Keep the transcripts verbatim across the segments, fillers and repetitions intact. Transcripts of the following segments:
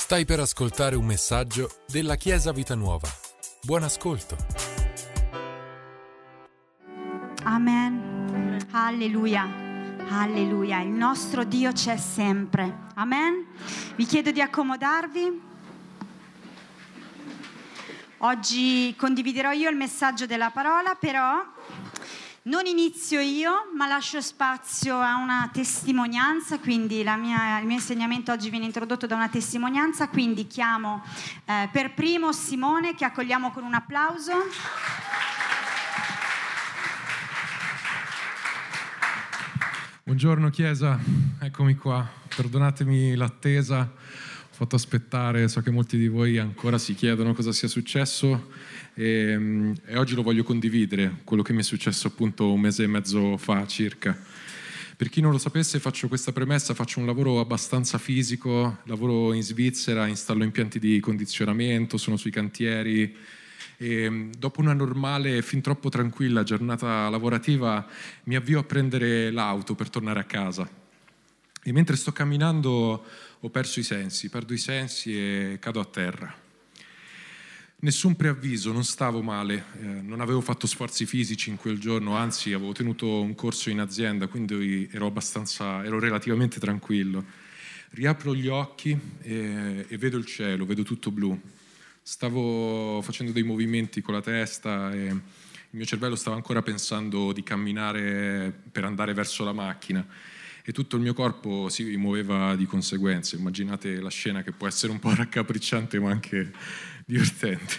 Stai per ascoltare un messaggio della Chiesa Vita Nuova. Buon ascolto. Amen. Alleluia. Alleluia. Il nostro Dio c'è sempre. Amen. Vi chiedo di accomodarvi. Oggi condividerò io il messaggio della parola, però non inizio io, ma lascio spazio a una testimonianza, quindi la mia, il mio insegnamento oggi viene introdotto da una testimonianza, quindi chiamo eh, per primo Simone, che accogliamo con un applauso. Buongiorno Chiesa, eccomi qua, perdonatemi l'attesa, ho fatto aspettare, so che molti di voi ancora si chiedono cosa sia successo e, e oggi lo voglio condividere, quello che mi è successo appunto un mese e mezzo fa circa. Per chi non lo sapesse, faccio questa premessa, faccio un lavoro abbastanza fisico, lavoro in Svizzera, installo impianti di condizionamento, sono sui cantieri. E dopo una normale, fin troppo tranquilla giornata lavorativa mi avvio a prendere l'auto per tornare a casa e mentre sto camminando ho perso i sensi, perdo i sensi e cado a terra. Nessun preavviso, non stavo male, eh, non avevo fatto sforzi fisici in quel giorno, anzi avevo tenuto un corso in azienda, quindi ero abbastanza, ero relativamente tranquillo. Riapro gli occhi e, e vedo il cielo, vedo tutto blu. Stavo facendo dei movimenti con la testa e il mio cervello stava ancora pensando di camminare per andare verso la macchina e tutto il mio corpo si muoveva di conseguenza. Immaginate la scena, che può essere un po' raccapricciante ma anche divertente.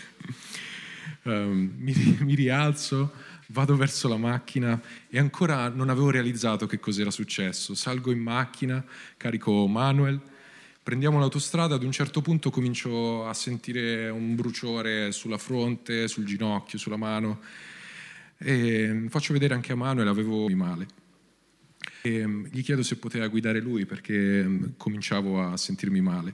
Um, mi, mi rialzo, vado verso la macchina e ancora non avevo realizzato che cos'era successo. Salgo in macchina, carico Manuel. Prendiamo l'autostrada, ad un certo punto comincio a sentire un bruciore sulla fronte, sul ginocchio, sulla mano e faccio vedere anche a Manuel, avevo male. E gli chiedo se poteva guidare lui perché cominciavo a sentirmi male.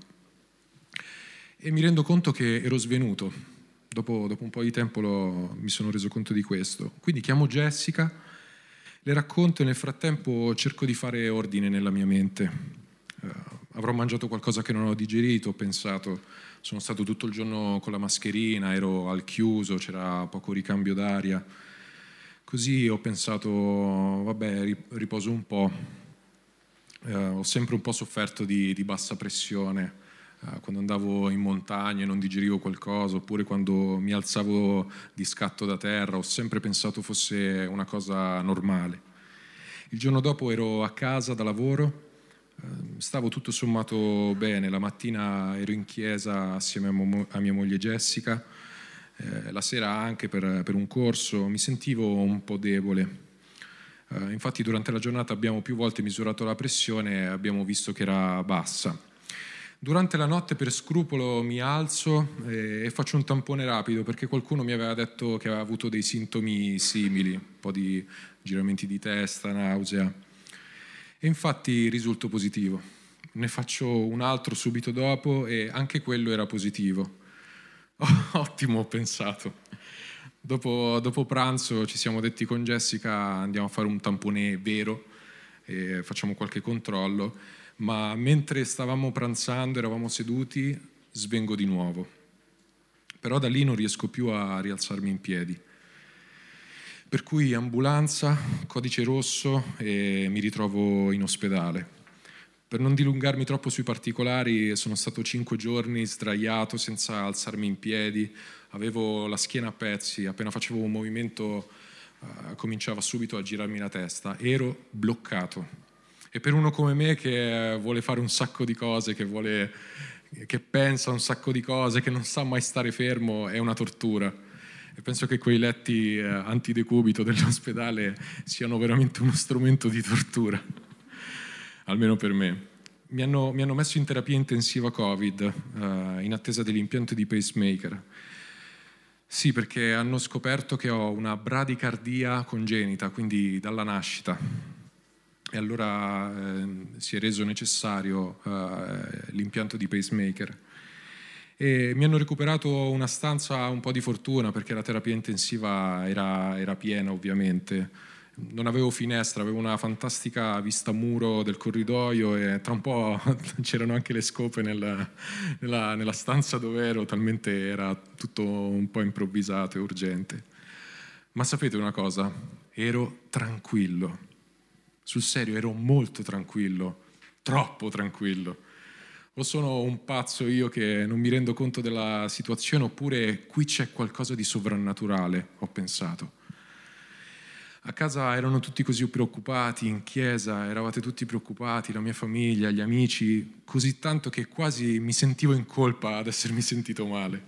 E mi rendo conto che ero svenuto, dopo, dopo un po' di tempo lo, mi sono reso conto di questo. Quindi chiamo Jessica, le racconto e nel frattempo cerco di fare ordine nella mia mente. Uh, avrò mangiato qualcosa che non ho digerito, ho pensato, sono stato tutto il giorno con la mascherina, ero al chiuso, c'era poco ricambio d'aria, così ho pensato, vabbè, riposo un po'. Uh, ho sempre un po' sofferto di, di bassa pressione, uh, quando andavo in montagna e non digerivo qualcosa, oppure quando mi alzavo di scatto da terra, ho sempre pensato fosse una cosa normale. Il giorno dopo ero a casa da lavoro. Stavo tutto sommato bene, la mattina ero in chiesa assieme a, mo- a mia moglie Jessica, eh, la sera anche per, per un corso, mi sentivo un po' debole. Eh, infatti durante la giornata abbiamo più volte misurato la pressione e abbiamo visto che era bassa. Durante la notte per scrupolo mi alzo e, e faccio un tampone rapido perché qualcuno mi aveva detto che aveva avuto dei sintomi simili, un po' di giramenti di testa, nausea. E infatti risulto positivo. Ne faccio un altro subito dopo e anche quello era positivo. Oh, ottimo, ho pensato. Dopo, dopo pranzo ci siamo detti con Jessica andiamo a fare un tampone vero e facciamo qualche controllo, ma mentre stavamo pranzando, eravamo seduti, svengo di nuovo. Però da lì non riesco più a rialzarmi in piedi. Per cui ambulanza, codice rosso e mi ritrovo in ospedale. Per non dilungarmi troppo sui particolari, sono stato cinque giorni sdraiato senza alzarmi in piedi, avevo la schiena a pezzi, appena facevo un movimento uh, cominciava subito a girarmi la testa, ero bloccato. E per uno come me che vuole fare un sacco di cose, che, vuole, che pensa un sacco di cose, che non sa mai stare fermo, è una tortura. E penso che quei letti eh, antidecubito dell'ospedale siano veramente uno strumento di tortura, almeno per me. Mi hanno, mi hanno messo in terapia intensiva Covid, eh, in attesa dell'impianto di pacemaker. Sì, perché hanno scoperto che ho una bradicardia congenita, quindi dalla nascita. E allora eh, si è reso necessario eh, l'impianto di pacemaker. E mi hanno recuperato una stanza, un po' di fortuna perché la terapia intensiva era, era piena ovviamente non avevo finestra, avevo una fantastica vista muro del corridoio e tra un po' c'erano anche le scope nella, nella, nella stanza dove ero, talmente era tutto un po' improvvisato e urgente. Ma sapete una cosa? Ero tranquillo, sul serio ero molto tranquillo, troppo tranquillo. O sono un pazzo io che non mi rendo conto della situazione, oppure qui c'è qualcosa di sovrannaturale, ho pensato. A casa erano tutti così preoccupati, in chiesa eravate tutti preoccupati, la mia famiglia, gli amici, così tanto che quasi mi sentivo in colpa ad essermi sentito male.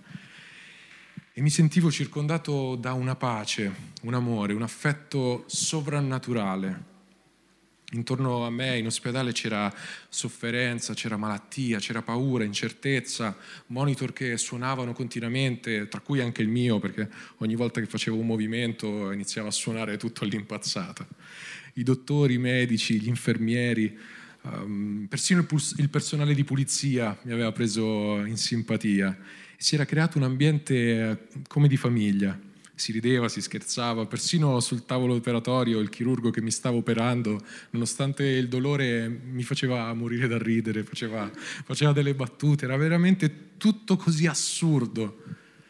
E mi sentivo circondato da una pace, un amore, un affetto sovrannaturale. Intorno a me in ospedale c'era sofferenza, c'era malattia, c'era paura, incertezza, monitor che suonavano continuamente, tra cui anche il mio, perché ogni volta che facevo un movimento iniziava a suonare tutto all'impazzata. I dottori, i medici, gli infermieri, um, persino il, puls- il personale di pulizia mi aveva preso in simpatia. E si era creato un ambiente come di famiglia. Si rideva, si scherzava, persino sul tavolo operatorio il chirurgo che mi stava operando, nonostante il dolore, mi faceva morire da ridere, faceva, faceva delle battute, era veramente tutto così assurdo.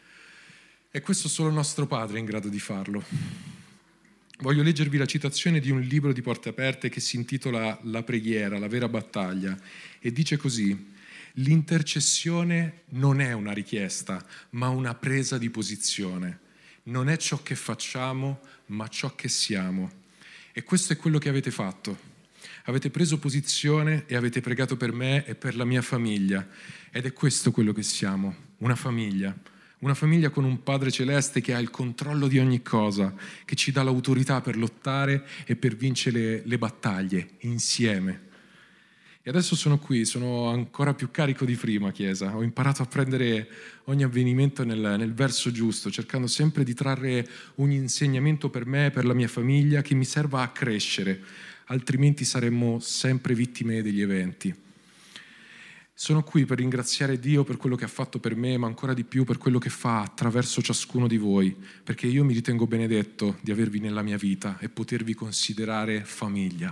E questo solo il nostro Padre è in grado di farlo. Voglio leggervi la citazione di un libro di Porte Aperte che si intitola La preghiera, la vera battaglia, e dice così: l'intercessione non è una richiesta, ma una presa di posizione. Non è ciò che facciamo, ma ciò che siamo. E questo è quello che avete fatto. Avete preso posizione e avete pregato per me e per la mia famiglia. Ed è questo quello che siamo, una famiglia. Una famiglia con un Padre Celeste che ha il controllo di ogni cosa, che ci dà l'autorità per lottare e per vincere le battaglie insieme. E adesso sono qui, sono ancora più carico di prima, Chiesa. Ho imparato a prendere ogni avvenimento nel, nel verso giusto, cercando sempre di trarre un insegnamento per me e per la mia famiglia che mi serva a crescere, altrimenti saremmo sempre vittime degli eventi. Sono qui per ringraziare Dio per quello che ha fatto per me, ma ancora di più per quello che fa attraverso ciascuno di voi, perché io mi ritengo benedetto di avervi nella mia vita e potervi considerare famiglia.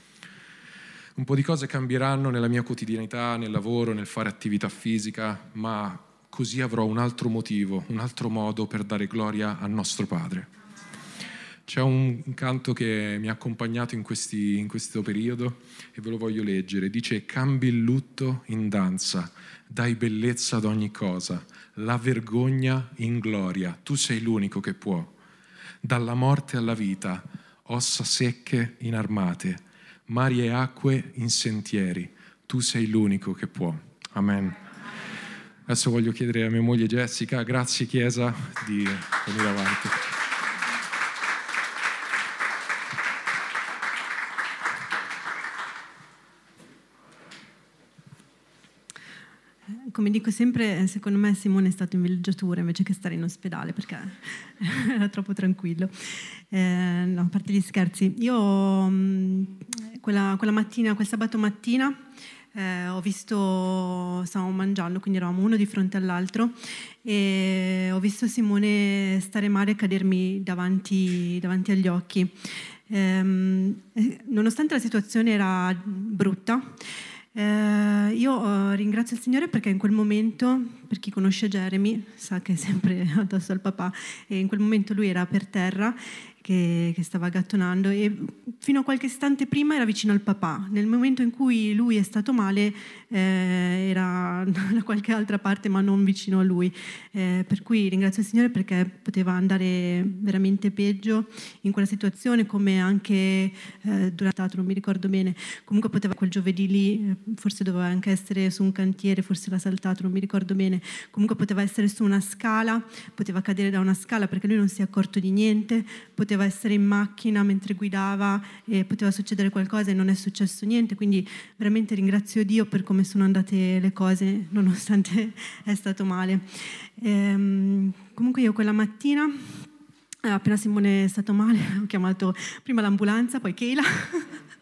Un po' di cose cambieranno nella mia quotidianità, nel lavoro, nel fare attività fisica, ma così avrò un altro motivo, un altro modo per dare gloria al nostro Padre. C'è un canto che mi ha accompagnato in, questi, in questo periodo e ve lo voglio leggere. Dice: cambi il lutto in danza, dai bellezza ad ogni cosa, la vergogna in gloria, tu sei l'unico che può. Dalla morte alla vita, ossa secche inarmate, mari e acque in sentieri, tu sei l'unico che può. Amen. Adesso voglio chiedere a mia moglie Jessica, grazie Chiesa, di venire avanti. Come dico sempre, secondo me Simone è stato in villeggiatura invece che stare in ospedale, perché era troppo tranquillo. Eh, no, a parte gli scherzi, io mh, quella, quella mattina, quel sabato mattina, eh, ho visto, stavamo mangiando, quindi eravamo uno di fronte all'altro, e ho visto Simone stare male e cadermi davanti, davanti agli occhi. Eh, nonostante la situazione era brutta, Eh, io eh, ringrazio il Signore perché in quel momento, per chi conosce Jeremy sa che è sempre addosso al papà, e in quel momento lui era per terra che, che stava gattonando, e fino a qualche istante prima era vicino al papà. Nel momento in cui lui è stato male eh, era da qualche altra parte, ma non vicino a lui, eh, per cui ringrazio il Signore perché poteva andare veramente peggio in quella situazione, come anche eh, durante, non mi ricordo bene, comunque poteva quel giovedì lì, forse doveva anche essere su un cantiere, forse l'ha saltato, non mi ricordo bene, comunque poteva essere su una scala, poteva cadere da una scala perché lui non si è accorto di niente, poteva essere in macchina mentre guidava e poteva succedere qualcosa e non è successo niente, quindi veramente ringrazio Dio per come sono andate le cose nonostante è stato male. Ehm, comunque io quella mattina, appena Simone è stato male, ho chiamato prima l'ambulanza, poi Keila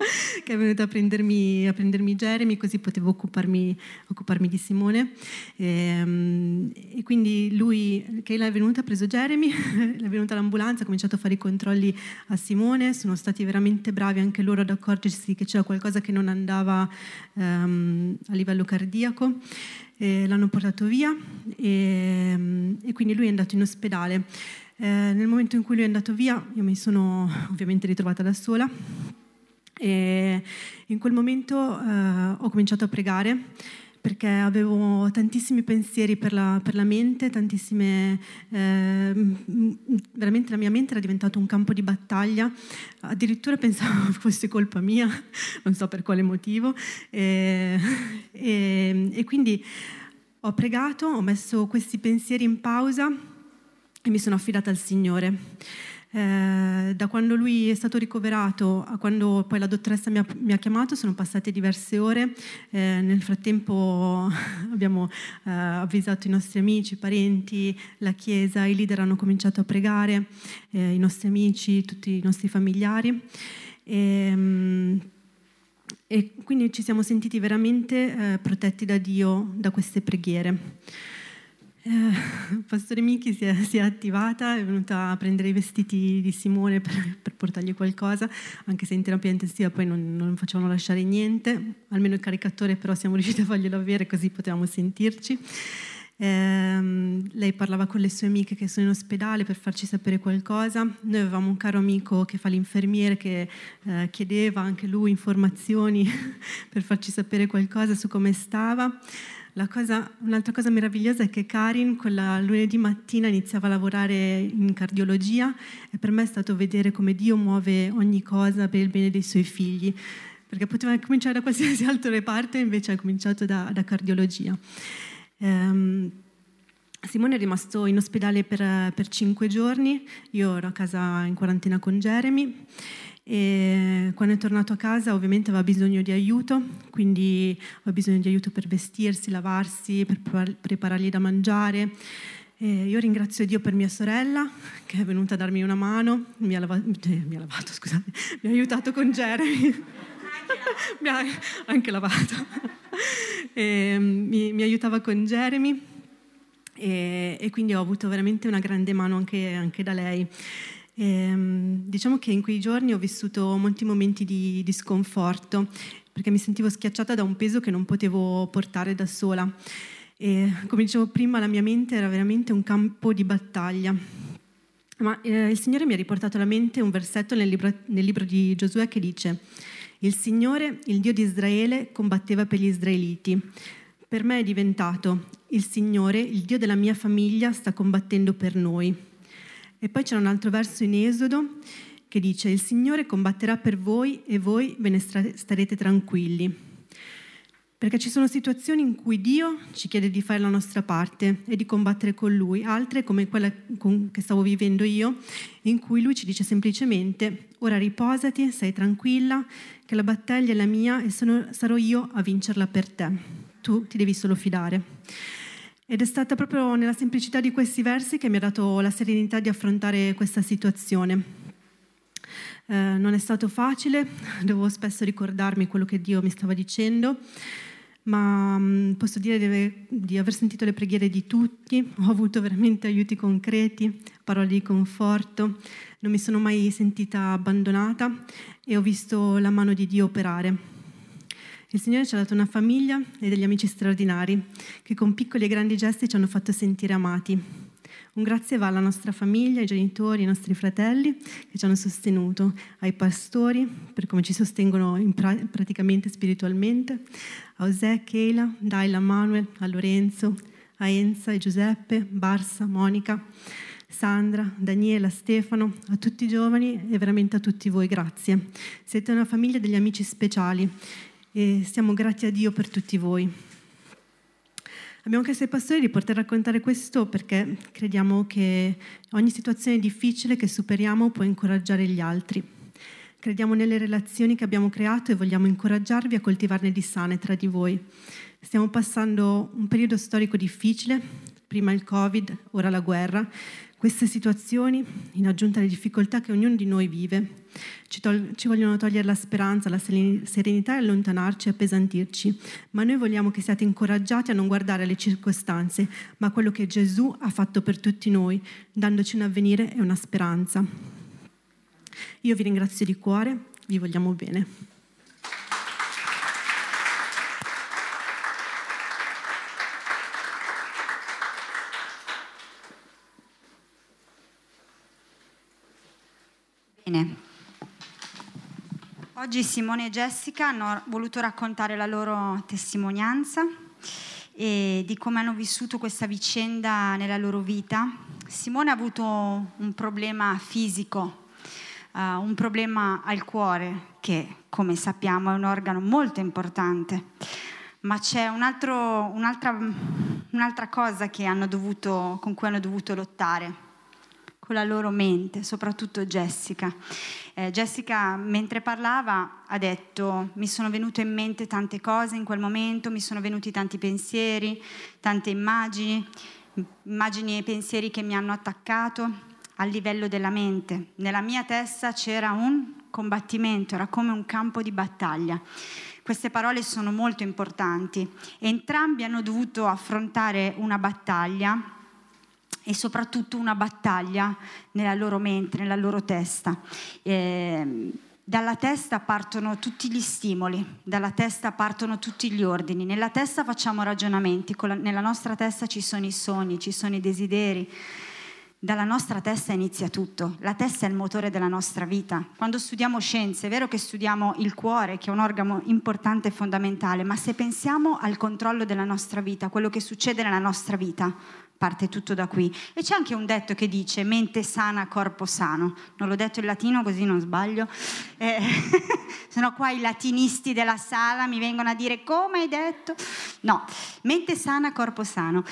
che è venuto a prendermi, a prendermi Jeremy, così potevo occuparmi, occuparmi di Simone. E, e quindi lui, Keila è venuta, ha preso Jeremy, è venuta all'ambulanza, ha cominciato a fare i controlli a Simone, sono stati veramente bravi anche loro ad accorgersi che c'era qualcosa che non andava um, a livello cardiaco. E l'hanno portato via e, e quindi lui è andato in ospedale. Eh, nel momento in cui lui è andato via io mi sono ovviamente ritrovata da sola e in quel momento eh, ho cominciato a pregare perché avevo tantissimi pensieri per la, per la mente, tantissime eh, veramente la mia mente era diventata un campo di battaglia, addirittura pensavo fosse colpa mia, non so per quale motivo e, e, e quindi ho pregato, ho messo questi pensieri in pausa e mi sono affidata al Signore. Eh, da quando lui è stato ricoverato a quando poi la dottoressa mi ha, mi ha chiamato sono passate diverse ore. Eh, nel frattempo abbiamo eh, avvisato i nostri amici, i parenti, la chiesa, i leader hanno cominciato a pregare, eh, i nostri amici, tutti i nostri familiari e, e quindi ci siamo sentiti veramente eh, protetti da Dio da queste preghiere. Eh, Pastore Miki si è, si è attivata, è venuta a prendere i vestiti di Simone per, per portargli qualcosa, anche se in terapia intensiva poi non, non facevano lasciare niente, almeno il caricatore però siamo riusciti a farglielo avere così potevamo sentirci. Eh, lei parlava con le sue amiche che sono in ospedale per farci sapere qualcosa. Noi avevamo un caro amico che fa l'infermiere che eh, chiedeva anche lui informazioni per farci sapere qualcosa su come stava. La cosa, un'altra cosa meravigliosa è che Karin quella lunedì mattina iniziava a lavorare in cardiologia e per me è stato vedere come Dio muove ogni cosa per il bene dei suoi figli, perché poteva cominciare da qualsiasi altro reparto e invece ha cominciato da, da cardiologia. Um, Simone è rimasto in ospedale per, per cinque giorni, io ero a casa in quarantena con Jeremy e quando è tornato a casa ovviamente aveva bisogno di aiuto, quindi aveva bisogno di aiuto per vestirsi, lavarsi, per preparargli da mangiare. E io ringrazio Dio per mia sorella che è venuta a darmi una mano, mi ha lavato, eh, mi ha lavato scusate, mi ha aiutato con Jeremy, mi ha anche lavato, e, mi, mi aiutava con Jeremy e, e quindi ho avuto veramente una grande mano anche, anche da lei. E, diciamo che in quei giorni ho vissuto molti momenti di, di sconforto perché mi sentivo schiacciata da un peso che non potevo portare da sola e come dicevo prima la mia mente era veramente un campo di battaglia, ma eh, il Signore mi ha riportato alla mente un versetto nel libro, nel libro di Giosuè che dice: il Signore, il Dio di Israele, combatteva per gli israeliti. Per me è diventato: il Signore, il Dio della mia famiglia, sta combattendo per noi. E poi c'è un altro verso in Esodo che dice: il Signore combatterà per voi e voi ve ne starete tranquilli. Perché ci sono situazioni in cui Dio ci chiede di fare la nostra parte e di combattere con Lui, altre come quella che stavo vivendo io, in cui Lui ci dice semplicemente: ora riposati, stai tranquilla, che la battaglia è la mia e sono, sarò io a vincerla per te. Tu ti devi solo fidare. Ed è stata proprio nella semplicità di questi versi che mi ha dato la serenità di affrontare questa situazione. Eh, non è stato facile, dovevo spesso ricordarmi quello che Dio mi stava dicendo, ma mh, posso dire di, di aver sentito le preghiere di tutti, ho avuto veramente aiuti concreti, parole di conforto, non mi sono mai sentita abbandonata e ho visto la mano di Dio operare. Il Signore ci ha dato una famiglia e degli amici straordinari che con piccoli e grandi gesti ci hanno fatto sentire amati. Un grazie va alla nostra famiglia, ai genitori, ai nostri fratelli che ci hanno sostenuto, ai pastori per come ci sostengono in pra- praticamente spiritualmente, a José, Keila, Daila, Manuel, a Lorenzo, a Enza, a Giuseppe, Barsa, Monica, Sandra, Daniela, Stefano, a tutti i giovani e veramente a tutti voi, grazie. Siete una famiglia degli amici speciali e siamo grati a Dio per tutti voi. Abbiamo chiesto ai pastori di poter raccontare questo perché crediamo che ogni situazione difficile che superiamo può incoraggiare gli altri. Crediamo nelle relazioni che abbiamo creato e vogliamo incoraggiarvi a coltivarne di sane tra di voi. Stiamo passando un periodo storico difficile, prima il Covid, ora la guerra, Queste situazioni, in aggiunta alle difficoltà che ognuno di noi vive, ci, tol- ci vogliono togliere la speranza, la serenità e allontanarci e appesantirci, ma noi vogliamo che siate incoraggiati a non guardare alle circostanze, ma a quello che Gesù ha fatto per tutti noi, dandoci un avvenire e una speranza. Io vi ringrazio di cuore, vi vogliamo bene. Bene. Oggi Simone e Jessica hanno voluto raccontare la loro testimonianza e di come hanno vissuto questa vicenda nella loro vita. Simone ha avuto un problema fisico, uh, un problema al cuore, che come sappiamo è un organo molto importante, ma c'è un altro, un'altra, un'altra cosa che hanno dovuto, con cui hanno dovuto lottare, con la loro mente, soprattutto Jessica. Eh, Jessica, mentre parlava, ha detto: mi sono venute in mente tante cose in quel momento, mi sono venuti tanti pensieri, tante immagini, immagini e pensieri che mi hanno attaccato al livello della mente. Nella mia testa c'era un combattimento, era come un campo di battaglia. Queste parole sono molto importanti. Entrambi hanno dovuto affrontare una battaglia, e soprattutto una battaglia nella loro mente, nella loro testa. Eh, dalla testa partono tutti gli stimoli, dalla testa partono tutti gli ordini. Nella testa facciamo ragionamenti, con la, nella nostra testa ci sono i sogni, ci sono i desideri. Dalla nostra testa inizia tutto. La testa è il motore della nostra vita. Quando studiamo scienze, è vero che studiamo il cuore, che è un organo importante e fondamentale, ma se pensiamo al controllo della nostra vita, quello che succede nella nostra vita, parte tutto da qui. E c'è anche un detto che dice: mente sana, corpo sano. Non l'ho detto in latino così non sbaglio. Eh, sono qua i latinisti della sala, mi vengono a dire: come hai detto? No, mente sana, corpo sano.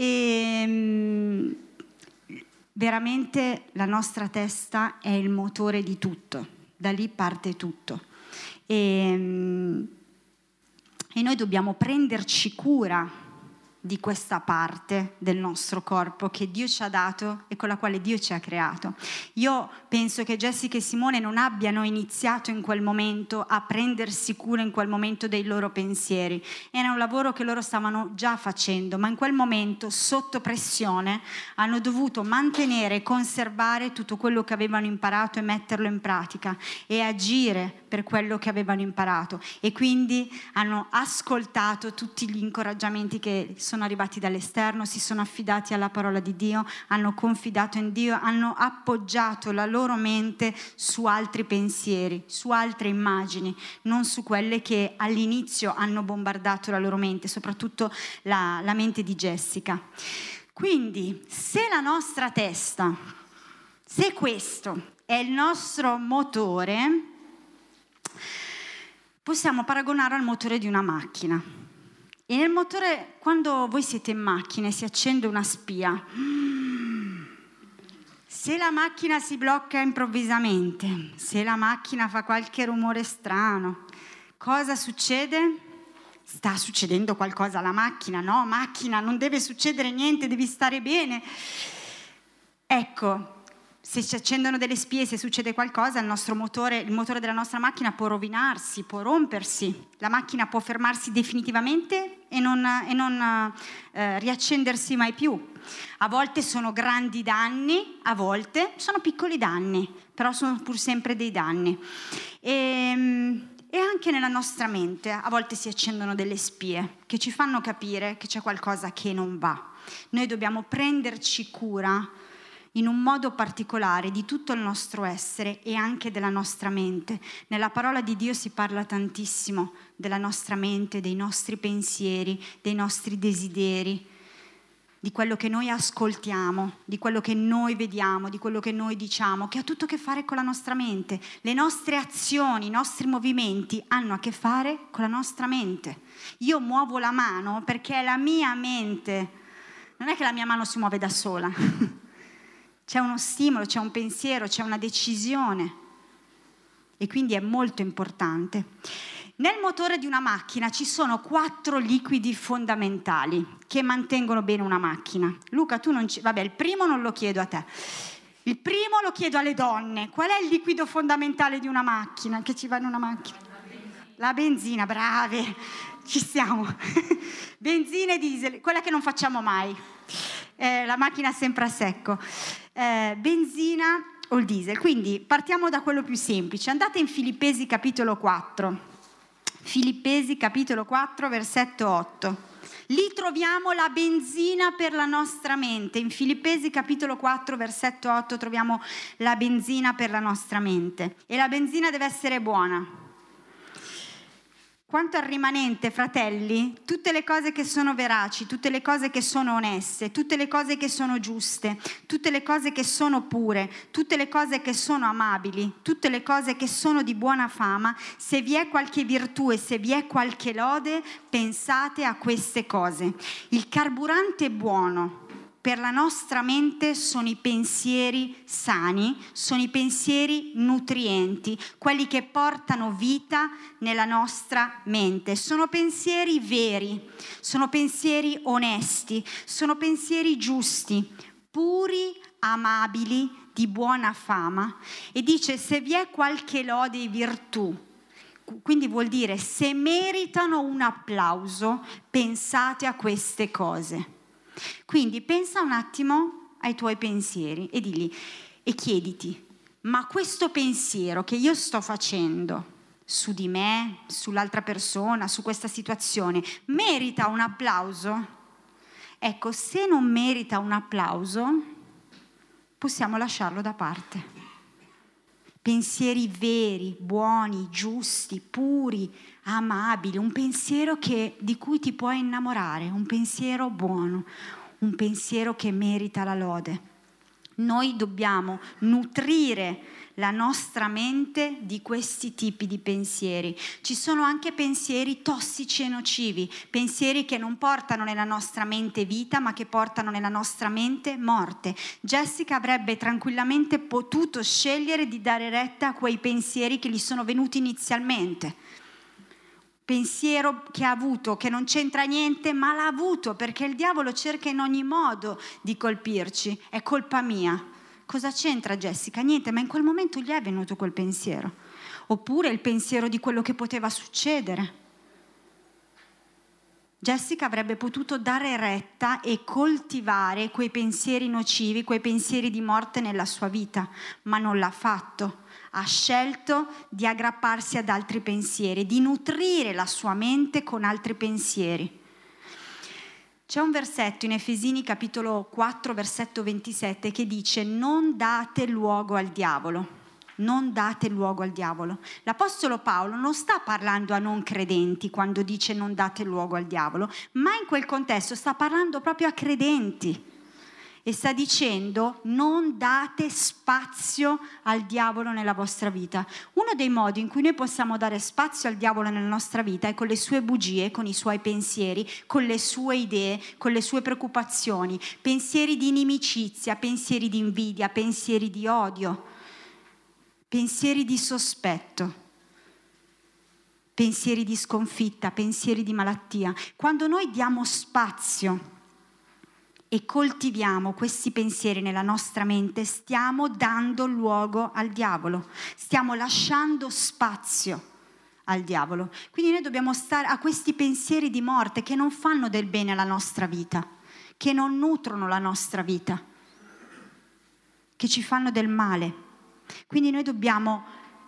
E veramente la nostra testa è il motore di tutto, da lì parte tutto. E, e noi dobbiamo prenderci cura di questa parte del nostro corpo che Dio ci ha dato e con la quale Dio ci ha creato. Io penso che Jessica e Simone non abbiano iniziato in quel momento a prendersi cura in quel momento dei loro pensieri. Era un lavoro che loro stavano già facendo, ma in quel momento, sotto pressione, hanno dovuto mantenere e conservare tutto quello che avevano imparato e metterlo in pratica e agire per quello che avevano imparato. E quindi hanno ascoltato tutti gli incoraggiamenti che sono arrivati dall'esterno, si sono affidati alla parola di Dio, hanno confidato in Dio, hanno appoggiato la loro mente su altri pensieri, su altre immagini, non su quelle che all'inizio hanno bombardato la loro mente, soprattutto la, la mente di Jessica. Quindi, se la nostra testa, se questo è il nostro motore, possiamo paragonarlo al motore di una macchina. E nel motore, quando voi siete in macchina e si accende una spia, se la macchina si blocca improvvisamente, se la macchina fa qualche rumore strano, cosa succede? Sta succedendo qualcosa alla macchina, no? Macchina, non deve succedere niente, devi stare bene. Ecco, se si accendono delle spie, se succede qualcosa, il nostro motore, il motore della nostra macchina può rovinarsi, può rompersi, la macchina può fermarsi definitivamente e non, e non eh, riaccendersi mai più. A volte sono grandi danni, a volte sono piccoli danni, però sono pur sempre dei danni. E, e anche nella nostra mente a volte si accendono delle spie che ci fanno capire che c'è qualcosa che non va. Noi dobbiamo prenderci cura in un modo particolare di tutto il nostro essere e anche della nostra mente. Nella parola di Dio si parla tantissimo della nostra mente, dei nostri pensieri, dei nostri desideri, di quello che noi ascoltiamo, di quello che noi vediamo, di quello che noi diciamo, che ha tutto a che fare con la nostra mente. Le nostre azioni, i nostri movimenti hanno a che fare con la nostra mente. Io muovo la mano perché è la mia mente, non è che la mia mano si muove da sola. C'è uno stimolo, c'è un pensiero, c'è una decisione e quindi è molto importante. Nel motore di una macchina ci sono quattro liquidi fondamentali che mantengono bene una macchina. Luca, tu non ci... Vabbè, il primo non lo chiedo a te. Il primo lo chiedo alle donne. Qual è il liquido fondamentale di una macchina? Che ci va in una macchina? La benzina, brave. Ci siamo. Benzina e diesel, quella che non facciamo mai. Eh, la macchina sempre a secco. Eh, benzina o il diesel. Quindi partiamo da quello più semplice. Andate in Filippesi capitolo quattro. Filippesi capitolo quattro versetto otto. Lì troviamo la benzina per la nostra mente. In Filippesi capitolo quattro versetto otto troviamo la benzina per la nostra mente. E la benzina deve essere buona. Quanto al rimanente, fratelli, tutte le cose che sono veraci, tutte le cose che sono oneste, tutte le cose che sono giuste, tutte le cose che sono pure, tutte le cose che sono amabili, tutte le cose che sono di buona fama, se vi è qualche virtù e se vi è qualche lode, pensate a queste cose. Il carburante buono per la nostra mente sono i pensieri sani, sono i pensieri nutrienti, quelli che portano vita nella nostra mente. Sono pensieri veri, sono pensieri onesti, sono pensieri giusti, puri, amabili, di buona fama. E dice: se vi è qualche lode e virtù, quindi vuol dire se meritano un applauso, pensate a queste cose. Quindi pensa un attimo ai tuoi pensieri e digli e chiediti: ma questo pensiero che io sto facendo su di me, sull'altra persona, su questa situazione, merita un applauso? Ecco, se non merita un applauso, possiamo lasciarlo da parte. Pensieri veri, buoni, giusti, puri, amabili, un pensiero che, di cui ti puoi innamorare, un pensiero buono, un pensiero che merita la lode. Noi dobbiamo nutrire la nostra mente di questi tipi di pensieri. Ci sono anche pensieri tossici e nocivi, pensieri che non portano nella nostra mente vita, ma che portano nella nostra mente morte. Jessica avrebbe tranquillamente potuto scegliere di dare retta a quei pensieri che gli sono venuti inizialmente. Pensiero che ha avuto, che non c'entra niente, ma l'ha avuto perché il diavolo cerca in ogni modo di colpirci. È colpa mia. Cosa c'entra Jessica? Niente, ma in quel momento gli è venuto quel pensiero. Oppure il pensiero di quello che poteva succedere. Jessica avrebbe potuto dare retta e coltivare quei pensieri nocivi, quei pensieri di morte nella sua vita, ma non l'ha fatto. Ha scelto di aggrapparsi ad altri pensieri, di nutrire la sua mente con altri pensieri. C'è un versetto in Efesini capitolo quattro versetto ventisette che dice: non date luogo al diavolo, non date luogo al diavolo. L'apostolo Paolo non sta parlando a non credenti quando dice non date luogo al diavolo, ma in quel contesto sta parlando proprio a credenti. E sta dicendo: non date spazio al diavolo nella vostra vita. Uno dei modi in cui noi possiamo dare spazio al diavolo nella nostra vita è con le sue bugie, con i suoi pensieri, con le sue idee, con le sue preoccupazioni, pensieri di inimicizia, pensieri di invidia, pensieri di odio, pensieri di sospetto, pensieri di sconfitta, pensieri di malattia. Quando noi diamo spazio e coltiviamo questi pensieri nella nostra mente, stiamo dando luogo al diavolo, stiamo lasciando spazio al diavolo. Quindi noi dobbiamo stare a questi pensieri di morte che non fanno del bene alla nostra vita, che non nutrono la nostra vita, che ci fanno del male. Quindi noi dobbiamo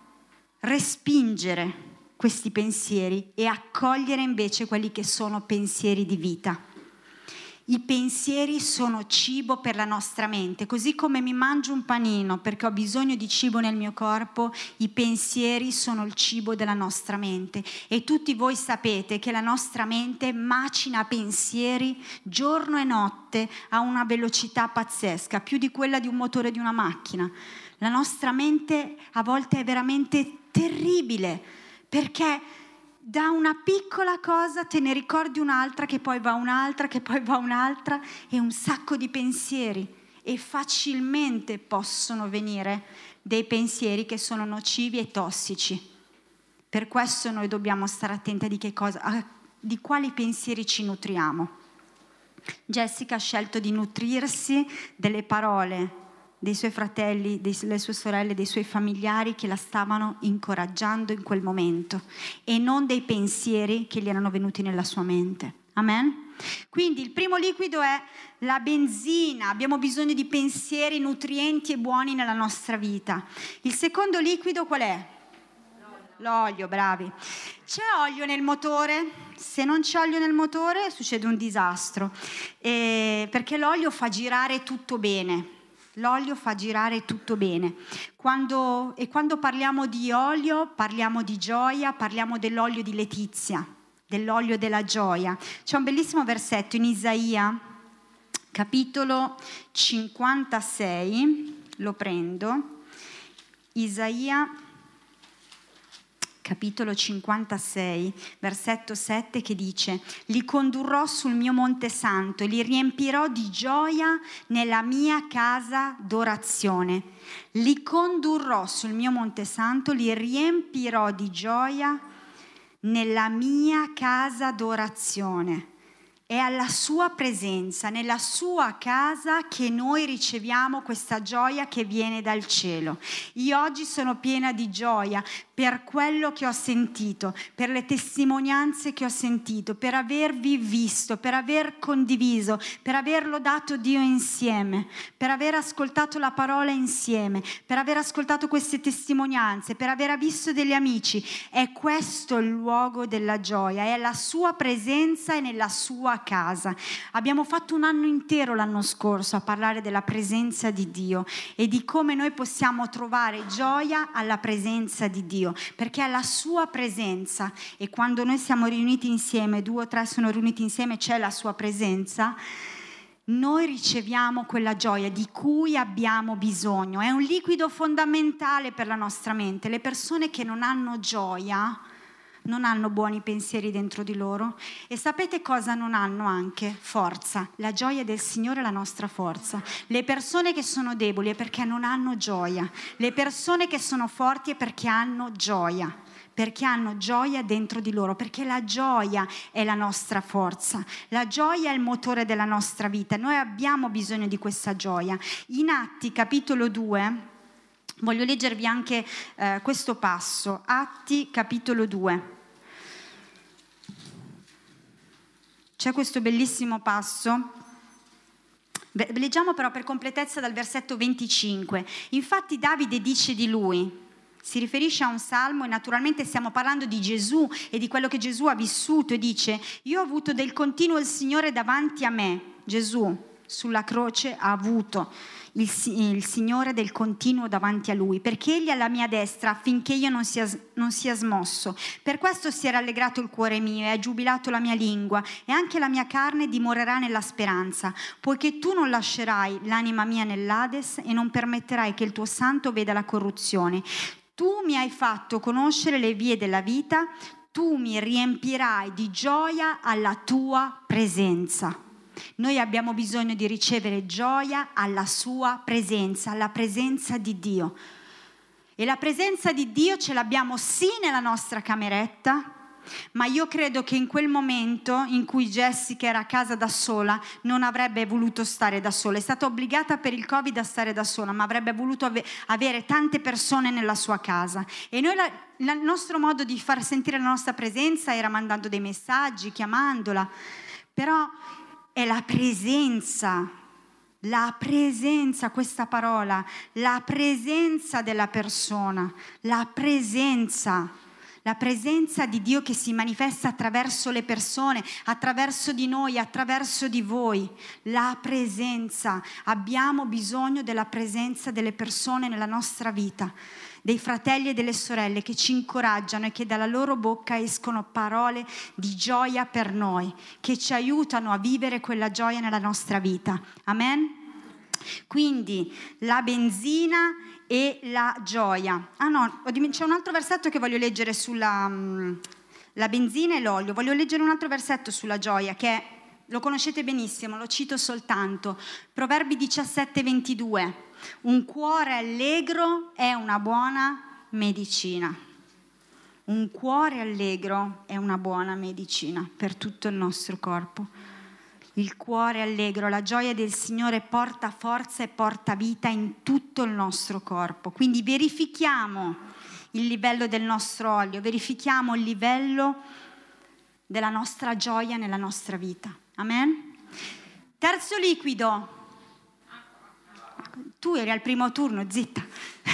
respingere questi pensieri e accogliere invece quelli che sono pensieri di vita. I pensieri sono cibo per la nostra mente, così come mi mangio un panino perché ho bisogno di cibo nel mio corpo, i pensieri sono il cibo della nostra mente. E tutti voi sapete che la nostra mente macina pensieri giorno e notte a una velocità pazzesca, più di quella di un motore di una macchina. La nostra mente a volte è veramente terribile, perché da una piccola cosa te ne ricordi un'altra, che poi va un'altra, che poi va un'altra, e un sacco di pensieri, e facilmente possono venire dei pensieri che sono nocivi e tossici. Per questo noi dobbiamo stare attenti a di che cosa, a, di quali pensieri ci nutriamo. Jessica ha scelto di nutrirsi delle parole dei suoi fratelli, delle sue sorelle, dei suoi familiari che la stavano incoraggiando in quel momento e non dei pensieri che gli erano venuti nella sua mente. Amen? Quindi il primo liquido è la benzina, abbiamo bisogno di pensieri nutrienti e buoni nella nostra vita. Il secondo liquido qual è? L'olio, bravi. C'è olio nel motore? Se non c'è olio nel motore succede un disastro, eh, perché l'olio fa girare tutto bene. L'olio fa girare tutto bene. Quando, e quando parliamo di olio, parliamo di gioia, parliamo dell'olio di Letizia, dell'olio della gioia. C'è un bellissimo versetto in Isaia, capitolo cinquantasei, lo prendo, Isaia capitolo cinquantasei, versetto sette, che dice: li condurrò sul mio monte santo e li riempirò di gioia nella mia casa d'orazione. Li condurrò sul mio monte santo, li riempirò di gioia nella mia casa d'orazione. È alla sua presenza, nella sua casa, che noi riceviamo questa gioia che viene dal cielo. Io oggi sono piena di gioia per quello che ho sentito, per le testimonianze che ho sentito, per avervi visto, per aver condiviso, per aver lodato Dio insieme, per aver ascoltato la parola insieme, per aver ascoltato queste testimonianze, per aver visto degli amici. È questo il luogo della gioia, è la sua presenza e nella sua casa. Abbiamo fatto un anno intero l'anno scorso a parlare della presenza di Dio e di come noi possiamo trovare gioia alla presenza di Dio, perché è la sua presenza, e quando noi siamo riuniti insieme, due o tre sono riuniti insieme, c'è la sua presenza, noi riceviamo quella gioia di cui abbiamo bisogno. È un liquido fondamentale per la nostra mente. Le persone che non hanno gioia non hanno buoni pensieri dentro di loro, e sapete cosa non hanno anche? Forza. La gioia del Signore è la nostra forza. Le persone che sono deboli è perché non hanno gioia, le persone che sono forti è perché hanno gioia, perché hanno gioia dentro di loro, perché la gioia è la nostra forza, la gioia è il motore della nostra vita. Noi abbiamo bisogno di questa gioia. In Atti capitolo due voglio leggervi anche eh, questo passo, Atti capitolo due. C'è questo bellissimo passo. Leggiamo però per completezza dal versetto venticinque. Infatti Davide dice di lui, si riferisce a un salmo, e naturalmente stiamo parlando di Gesù e di quello che Gesù ha vissuto, e dice: io ho avuto del continuo il Signore davanti a me. Gesù sulla croce ha avuto il, il Signore del continuo davanti a lui, perché egli è alla mia destra affinché io non sia, non sia smosso. Per questo si è rallegrato il cuore mio e ha giubilato la mia lingua, e anche la mia carne dimorerà nella speranza, poiché tu non lascerai l'anima mia nell'Ades e non permetterai che il tuo santo veda la corruzione. Tu mi hai fatto conoscere le vie della vita, tu mi riempirai di gioia alla tua presenza. Noi abbiamo bisogno di ricevere gioia alla sua presenza, alla presenza di Dio. E la presenza di Dio ce l'abbiamo sì nella nostra cameretta, ma io credo che in quel momento in cui Jessica era a casa da sola non avrebbe voluto stare da sola. È stata obbligata per il Covid a stare da sola, ma avrebbe voluto ave- avere tante persone nella sua casa. E noi la, la, il nostro modo di far sentire la nostra presenza era mandando dei messaggi, chiamandola. Però è la presenza, la presenza, questa parola, la presenza della persona, la presenza, la presenza di Dio che si manifesta attraverso le persone, attraverso di noi, attraverso di voi. La presenza, abbiamo bisogno della presenza delle persone nella nostra vita, dei fratelli e delle sorelle che ci incoraggiano e che dalla loro bocca escono parole di gioia per noi, che ci aiutano a vivere quella gioia nella nostra vita. Amen? Quindi la benzina e la gioia. Ah no, c'è un altro versetto che voglio leggere sulla um, la benzina e l'olio. Voglio leggere un altro versetto sulla gioia, che è, lo conoscete benissimo, lo cito soltanto. Proverbi diciassette ventidue. Un cuore allegro è una buona medicina. Un cuore allegro è una buona medicina per tutto il nostro corpo. Il cuore allegro, la gioia del Signore porta forza e porta vita in tutto il nostro corpo. Quindi verifichiamo il livello del nostro olio, verifichiamo il livello della nostra gioia nella nostra vita. Amen? Terzo liquido. Tu eri al primo turno, zitta.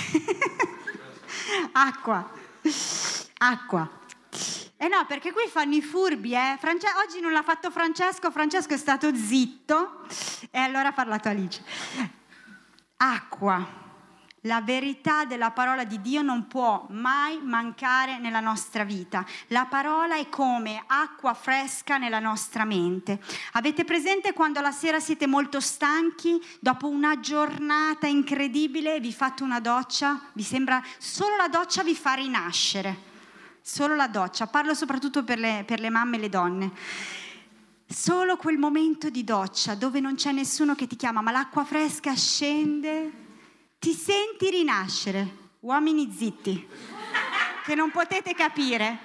Acqua. Acqua. Eh no, perché qui fanno i furbi, eh. France- oggi non l'ha fatto Francesco, Francesco è stato zitto e allora ha parlato Alice. Acqua. La verità della parola di Dio non può mai mancare nella nostra vita. La parola è come acqua fresca nella nostra mente. Avete presente quando la sera siete molto stanchi, dopo una giornata incredibile, vi fate una doccia? Vi sembra solo la doccia vi fa rinascere. Solo la doccia, parlo soprattutto per le, per le mamme e le donne. Solo quel momento di doccia dove non c'è nessuno che ti chiama, ma l'acqua fresca scende, ti senti rinascere. Uomini zitti, che non potete capire.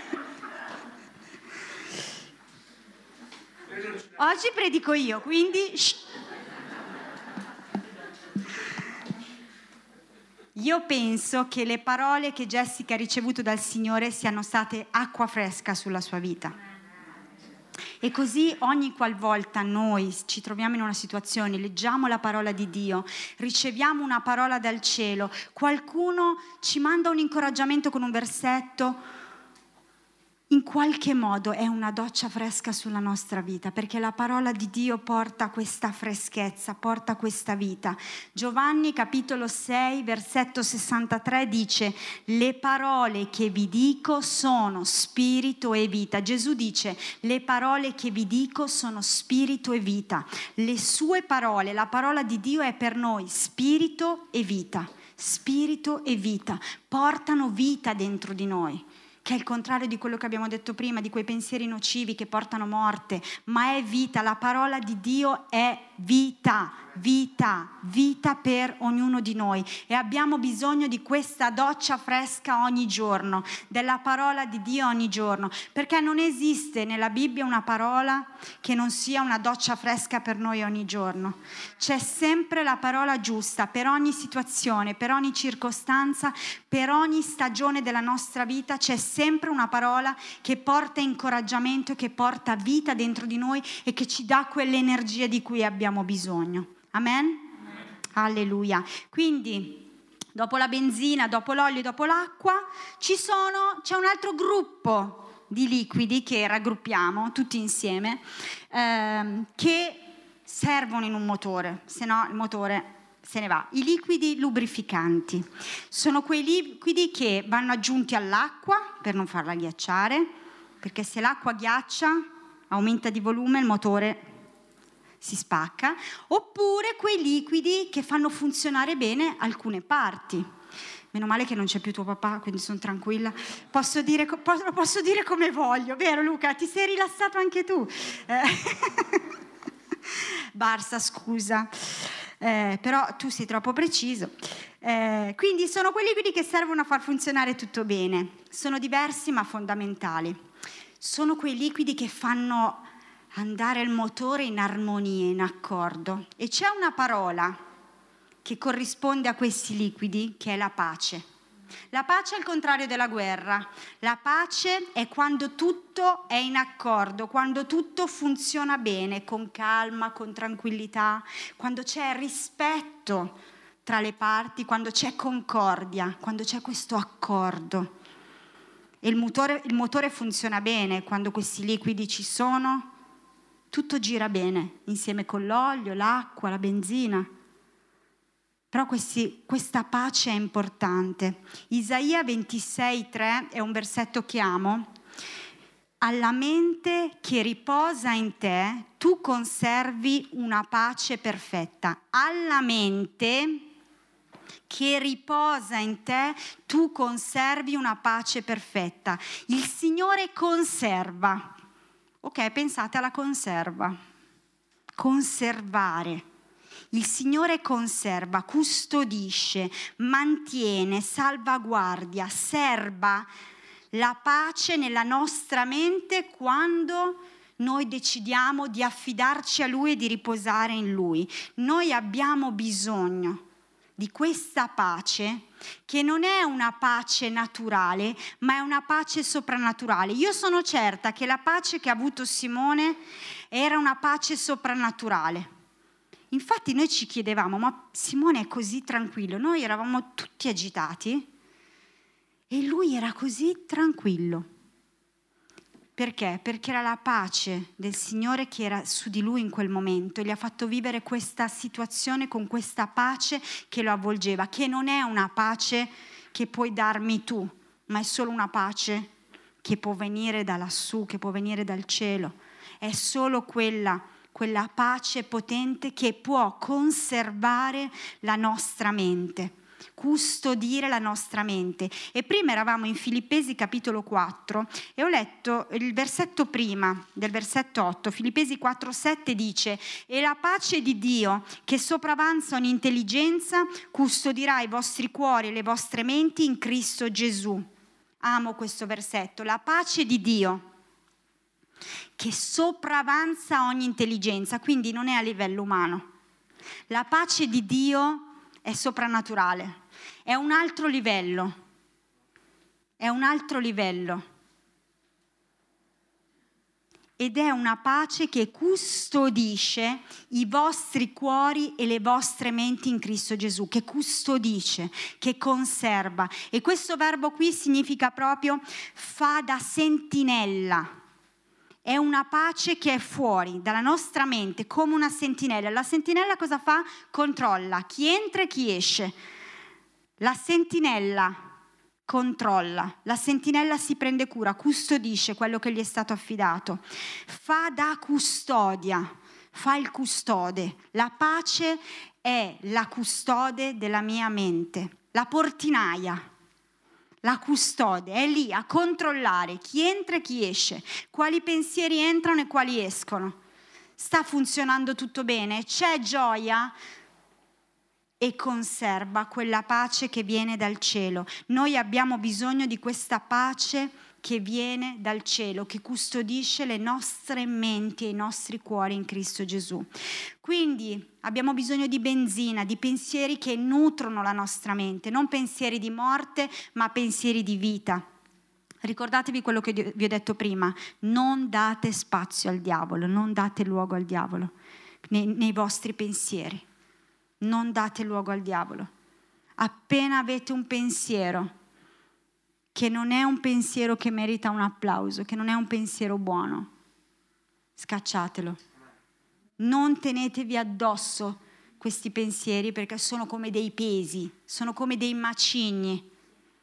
Oggi predico io, quindi... Shh. Io penso che le parole che Jessica ha ricevuto dal Signore siano state acqua fresca sulla sua vita. E così ogni qualvolta noi ci troviamo in una situazione, leggiamo la parola di Dio, riceviamo una parola dal cielo, qualcuno ci manda un incoraggiamento con un versetto, in qualche modo è una doccia fresca sulla nostra vita, perché la parola di Dio porta questa freschezza, porta questa vita. Giovanni capitolo sei versetto sessantatré dice: le parole che vi dico sono spirito e vita. Gesù dice: le parole che vi dico sono spirito e vita. Le sue parole, la parola di Dio è per noi spirito e vita. Spirito e vita portano vita dentro di noi, che è il contrario di quello che abbiamo detto prima, di quei pensieri nocivi che portano morte, ma è vita. La parola di Dio è vita, vita, vita per ognuno di noi, e abbiamo bisogno di questa doccia fresca ogni giorno, della parola di Dio ogni giorno, perché non esiste nella Bibbia una parola che non sia una doccia fresca per noi ogni giorno. C'è sempre la parola giusta per ogni situazione, per ogni circostanza, per ogni stagione della nostra vita. C'è sempre una parola che porta incoraggiamento, che porta vita dentro di noi e che ci dà quell'energia di cui abbiamo bisogno. Amen? Amen. Alleluia. Quindi dopo la benzina, dopo l'olio, dopo l'acqua ci sono, c'è un altro gruppo di liquidi che raggruppiamo tutti insieme, ehm, che servono in un motore, se no il motore se ne va. I liquidi lubrificanti sono quei liquidi che vanno aggiunti all'acqua per non farla ghiacciare, perché se l'acqua ghiaccia, aumenta di volume, il motore si spacca, oppure quei liquidi che fanno funzionare bene alcune parti. Meno male che non c'è più tuo papà, quindi sono tranquilla. Posso dire, posso, posso dire come voglio, vero Luca? Ti sei rilassato anche tu. Eh. Barsa, scusa. Eh, però tu sei troppo preciso. Eh, quindi sono quei liquidi che servono a far funzionare tutto bene. Sono diversi ma fondamentali. Sono quei liquidi che fanno andare il motore in armonia, in accordo. E c'è una parola che corrisponde a questi liquidi, che è la pace. La pace è il contrario della guerra. La pace è quando tutto è in accordo, quando tutto funziona bene, con calma, con tranquillità, quando c'è rispetto tra le parti, quando c'è concordia, quando c'è questo accordo. E il motore, il motore funziona bene quando questi liquidi ci sono. Tutto gira bene, insieme con l'olio, l'acqua, la benzina. Però questi, questa pace è importante. Isaia ventisei tre è un versetto che amo. Alla mente che riposa in te, tu conservi una pace perfetta. Alla mente che riposa in te, tu conservi una pace perfetta. Il Signore conserva. Ok, pensate alla conserva. Conservare. Il Signore conserva, custodisce, mantiene, salvaguardia, serba La pace nella nostra mente quando noi decidiamo di affidarci a Lui e di riposare in Lui. Noi abbiamo bisogno di questa pace, che non è una pace naturale, ma è una pace soprannaturale. Io sono certa che la pace che ha avuto Simone era una pace soprannaturale. Infatti noi ci chiedevamo, ma Simone è così tranquillo? Noi eravamo tutti agitati e lui era così tranquillo. Perché? Perché era la pace del Signore che era su di lui in quel momento e gli ha fatto vivere questa situazione con questa pace che lo avvolgeva, che non è una pace che puoi darmi tu, ma è solo una pace che può venire da lassù, che può venire dal cielo. È solo quella, quella pace potente che può conservare la nostra mente, custodire la nostra mente. E prima eravamo in Filippesi capitolo quattro e ho letto il versetto prima del versetto otto. Filippesi quattro sette dice: e la pace di Dio che sopravanza ogni intelligenza custodirà i vostri cuori e le vostre menti in Cristo Gesù. Amo questo versetto. La pace di Dio che sopravanza ogni intelligenza, quindi non è a livello umano. La pace di Dio è soprannaturale, è un altro livello, è un altro livello. Ed è una pace che custodisce i vostri cuori e le vostre menti in Cristo Gesù, che custodisce, che conserva. E questo verbo qui significa proprio fa da sentinella. È una pace che è fuori dalla nostra mente, come una sentinella. La sentinella cosa fa? Controlla chi entra e chi esce. La sentinella controlla, la sentinella si prende cura, custodisce quello che gli è stato affidato. Fa da custodia, fa il custode. La pace è la custode della mia mente, la portinaia. La custode è lì a controllare chi entra e chi esce, quali pensieri entrano e quali escono. Sta funzionando tutto bene? C'è gioia? E conserva quella pace che viene dal cielo. Noi abbiamo bisogno di questa pace che viene dal cielo, che custodisce le nostre menti e i nostri cuori in Cristo Gesù. Quindi abbiamo bisogno di benzina, di pensieri che nutrono la nostra mente, non pensieri di morte, ma pensieri di vita. Ricordatevi quello che vi ho detto prima: non date spazio al diavolo, non date luogo al diavolo nei, nei vostri pensieri. Non date luogo al diavolo. Appena avete un pensiero che non è un pensiero che merita un applauso, che non è un pensiero buono, scacciatelo. Non tenetevi addosso questi pensieri, perché sono come dei pesi, sono come dei macigni.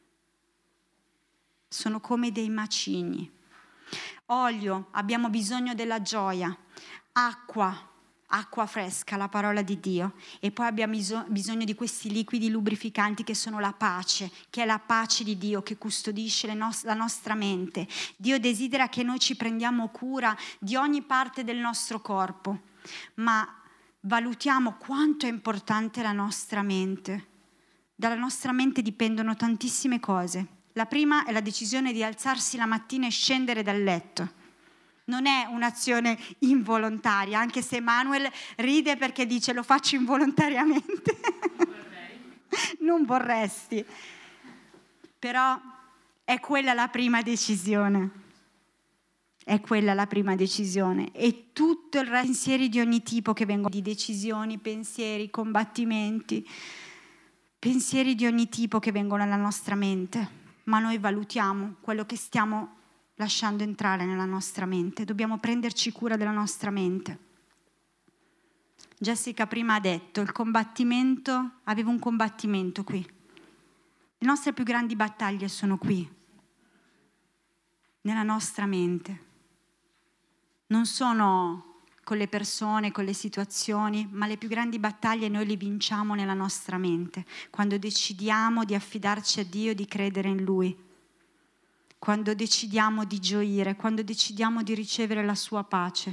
Sono come dei macigni. Olio, abbiamo bisogno della gioia. Acqua, acqua fresca, la parola di Dio. E poi abbiamo bisogno di questi liquidi lubrificanti che sono la pace, che è la pace di Dio che custodisce le nos- la nostra mente. Dio desidera che noi ci prendiamo cura di ogni parte del nostro corpo, ma valutiamo quanto è importante la nostra mente. Dalla nostra mente dipendono tantissime cose. La prima è la decisione di alzarsi la mattina e scendere dal letto. Non è un'azione involontaria, anche se Manuel ride perché dice lo faccio involontariamente. Non vorresti. Però è quella la prima decisione. È quella la prima decisione. E tutto il resto, pensieri di ogni tipo che vengono, di decisioni, pensieri, combattimenti, pensieri di ogni tipo che vengono alla nostra mente. Ma noi valutiamo quello che stiamo lasciando entrare nella nostra mente. Dobbiamo prenderci cura della nostra mente. Jessica prima ha detto, il combattimento, avevo un combattimento qui. Le nostre più grandi battaglie sono qui, nella nostra mente. Non sono con le persone, con le situazioni, ma le più grandi battaglie noi le vinciamo nella nostra mente, quando decidiamo di affidarci a Dio, di credere in Lui, quando decidiamo di gioire, quando decidiamo di ricevere la sua pace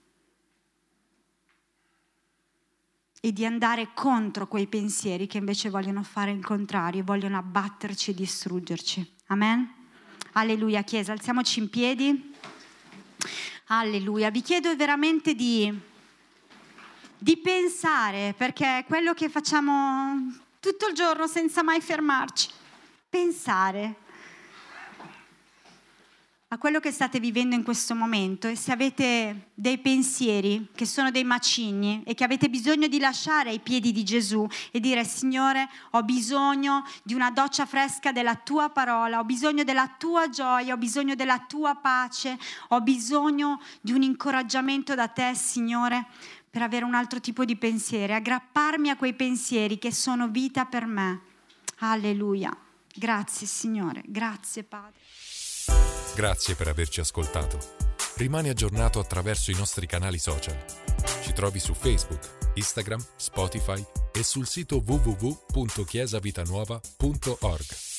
e di andare contro quei pensieri che invece vogliono fare il contrario, vogliono abbatterci e distruggerci. Amen? Alleluia, Chiesa, alziamoci in piedi. Alleluia, vi chiedo veramente di, di pensare, perché è quello che facciamo tutto il giorno senza mai fermarci. Pensare a quello che state vivendo in questo momento, e se avete dei pensieri che sono dei macigni e che avete bisogno di lasciare ai piedi di Gesù e dire: Signore, ho bisogno di una doccia fresca della tua parola, ho bisogno della tua gioia, ho bisogno della tua pace, ho bisogno di un incoraggiamento da te, Signore, per avere un altro tipo di pensieri, aggrapparmi a quei pensieri che sono vita per me. Alleluia. Grazie, Signore, grazie, Padre. Grazie per averci ascoltato. Rimani aggiornato attraverso i nostri canali social. Ci trovi su Facebook, Instagram, Spotify e sul sito w w w punto chiesa vita nuova punto org.